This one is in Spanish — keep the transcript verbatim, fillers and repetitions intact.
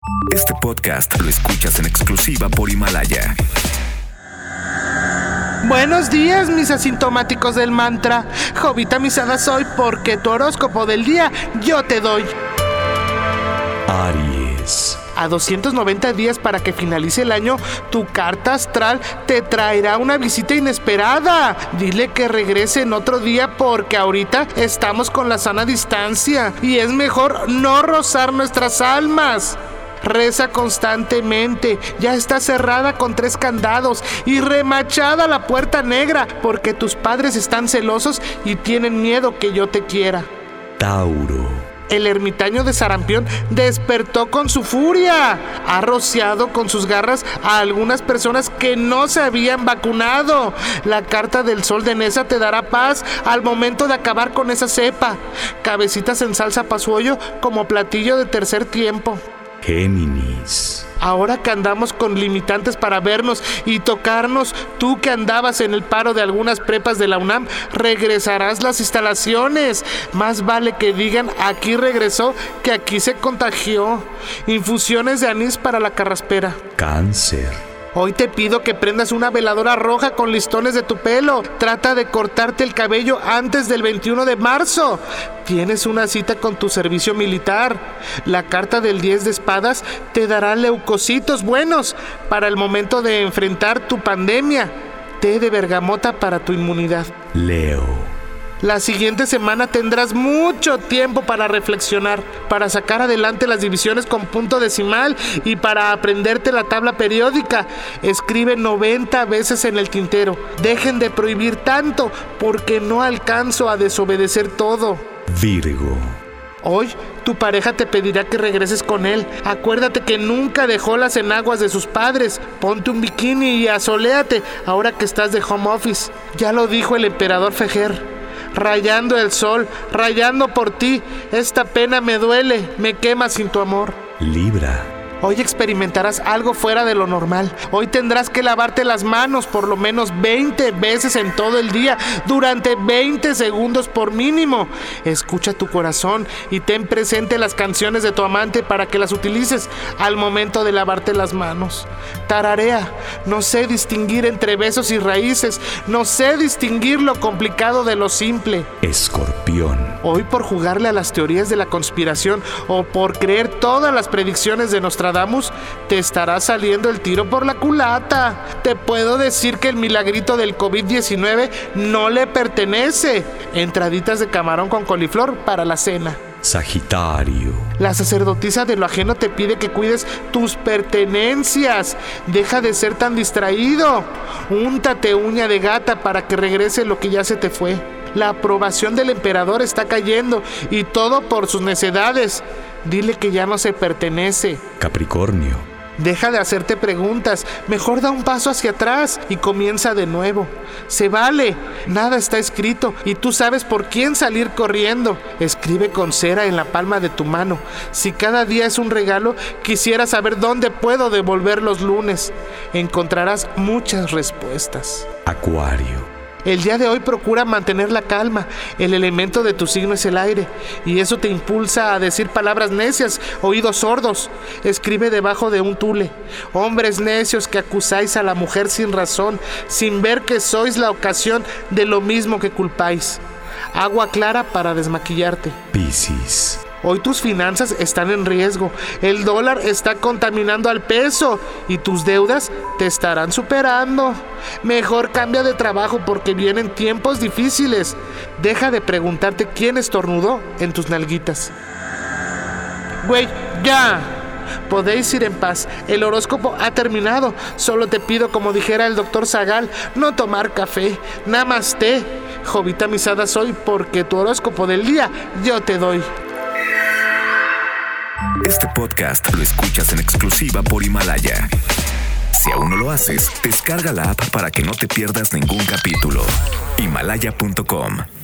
Este podcast lo escuchas en exclusiva por Himalaya. Buenos días, mis asintomáticos del mantra. Jovita misada soy porque tu horóscopo del día yo te doy. Aries. A doscientos noventa días para que finalice el año, tu carta astral te traerá una visita inesperada. Dile que regrese en otro día porque ahorita estamos con la sana distancia y es mejor no rozar nuestras almas. Reza constantemente, ya está cerrada con tres candados y remachada la puerta negra porque tus padres están celosos y tienen miedo que yo te quiera. Tauro. El ermitaño de sarampión despertó con su furia. Ha rociado con sus garras a algunas personas que no se habían vacunado. La carta del sol de Nesa te dará paz al momento de acabar con esa cepa. Cabecitas en salsa pa' su hoyo como platillo de tercer tiempo. Géminis. Ahora que andamos con limitantes para vernos y tocarnos, tú que andabas en el paro de algunas prepas de la UNAM, regresarás las instalaciones. Más vale que digan aquí regresó que aquí se contagió. Infusiones de anís para la carraspera. Cáncer. Hoy te pido que prendas una veladora roja con listones de tu pelo. Trata de cortarte el cabello antes del veintiuno de marzo. Tienes una cita con tu servicio militar. La carta del diez de espadas te dará leucocitos buenos para el momento de enfrentar tu pandemia. Té de bergamota para tu inmunidad. Leo. La siguiente semana tendrás mucho tiempo para reflexionar, para sacar adelante las divisiones con punto decimal y para aprenderte la tabla periódica. Escribe noventa veces en el tintero. Dejen de prohibir tanto porque no alcanzo a desobedecer todo. Virgo. Hoy tu pareja te pedirá que regreses con él. Acuérdate que nunca dejó las enaguas de sus padres. Ponte un bikini y asoléate ahora que estás de home office. Ya lo dijo el emperador Fejer. Rayando el sol, rayando por ti, esta pena me duele, me quema sin tu amor. Libra. Hoy experimentarás algo fuera de lo normal. Hoy tendrás que lavarte las manos por lo menos veinte veces en todo el día, durante veinte segundos por mínimo. Escucha tu corazón y ten presente las canciones de tu amante para que las utilices al momento de lavarte las manos. Tararea, no sé distinguir entre besos y raíces, no sé distinguir lo complicado de lo simple. Escorpión. Hoy por jugarle a las teorías de la conspiración o por creer todas las predicciones de Nostradamus, te estará saliendo el tiro por la culata. Te puedo decir que el milagrito del covid diecinueve no le pertenece. Entraditas de camarón con coliflor para la cena. Sagitario. La sacerdotisa de lo ajeno te pide que cuides tus pertenencias. Deja de ser tan distraído. Úntate uña de gata para que regrese lo que ya se te fue. La aprobación del emperador está cayendo y todo por sus necedades. Dile que ya no se pertenece. Capricornio. Deja de hacerte preguntas, mejor da un paso hacia atrás y comienza de nuevo. Se vale, nada está escrito y tú sabes por quién salir corriendo. Escribe con cera en la palma de tu mano. Si cada día es un regalo, quisiera saber dónde puedo devolver los lunes. Encontrarás muchas respuestas. Acuario. El día de hoy procura mantener la calma. El elemento de tu signo es el aire y eso te impulsa a decir palabras necias, oídos sordos. Escribe debajo de un tule: hombres necios que acusáis a la mujer sin razón, sin ver que sois la ocasión de lo mismo que culpáis. Agua clara para desmaquillarte. Piscis. Hoy tus finanzas están en riesgo. El dólar está contaminando al peso y tus deudas te estarán superando. Mejor cambia de trabajo porque vienen tiempos difíciles. Deja de preguntarte quién estornudó en tus nalguitas. Güey, ya. Podéis ir en paz. El horóscopo ha terminado. Solo te pido, como dijera el doctor Zagal, no tomar café. Namaste. Jovita misada soy porque tu horóscopo del día yo te doy. Este podcast lo escuchas en exclusiva por Himalaya. Si aún no lo haces, descarga la app para que no te pierdas ningún capítulo. Himalaya punto com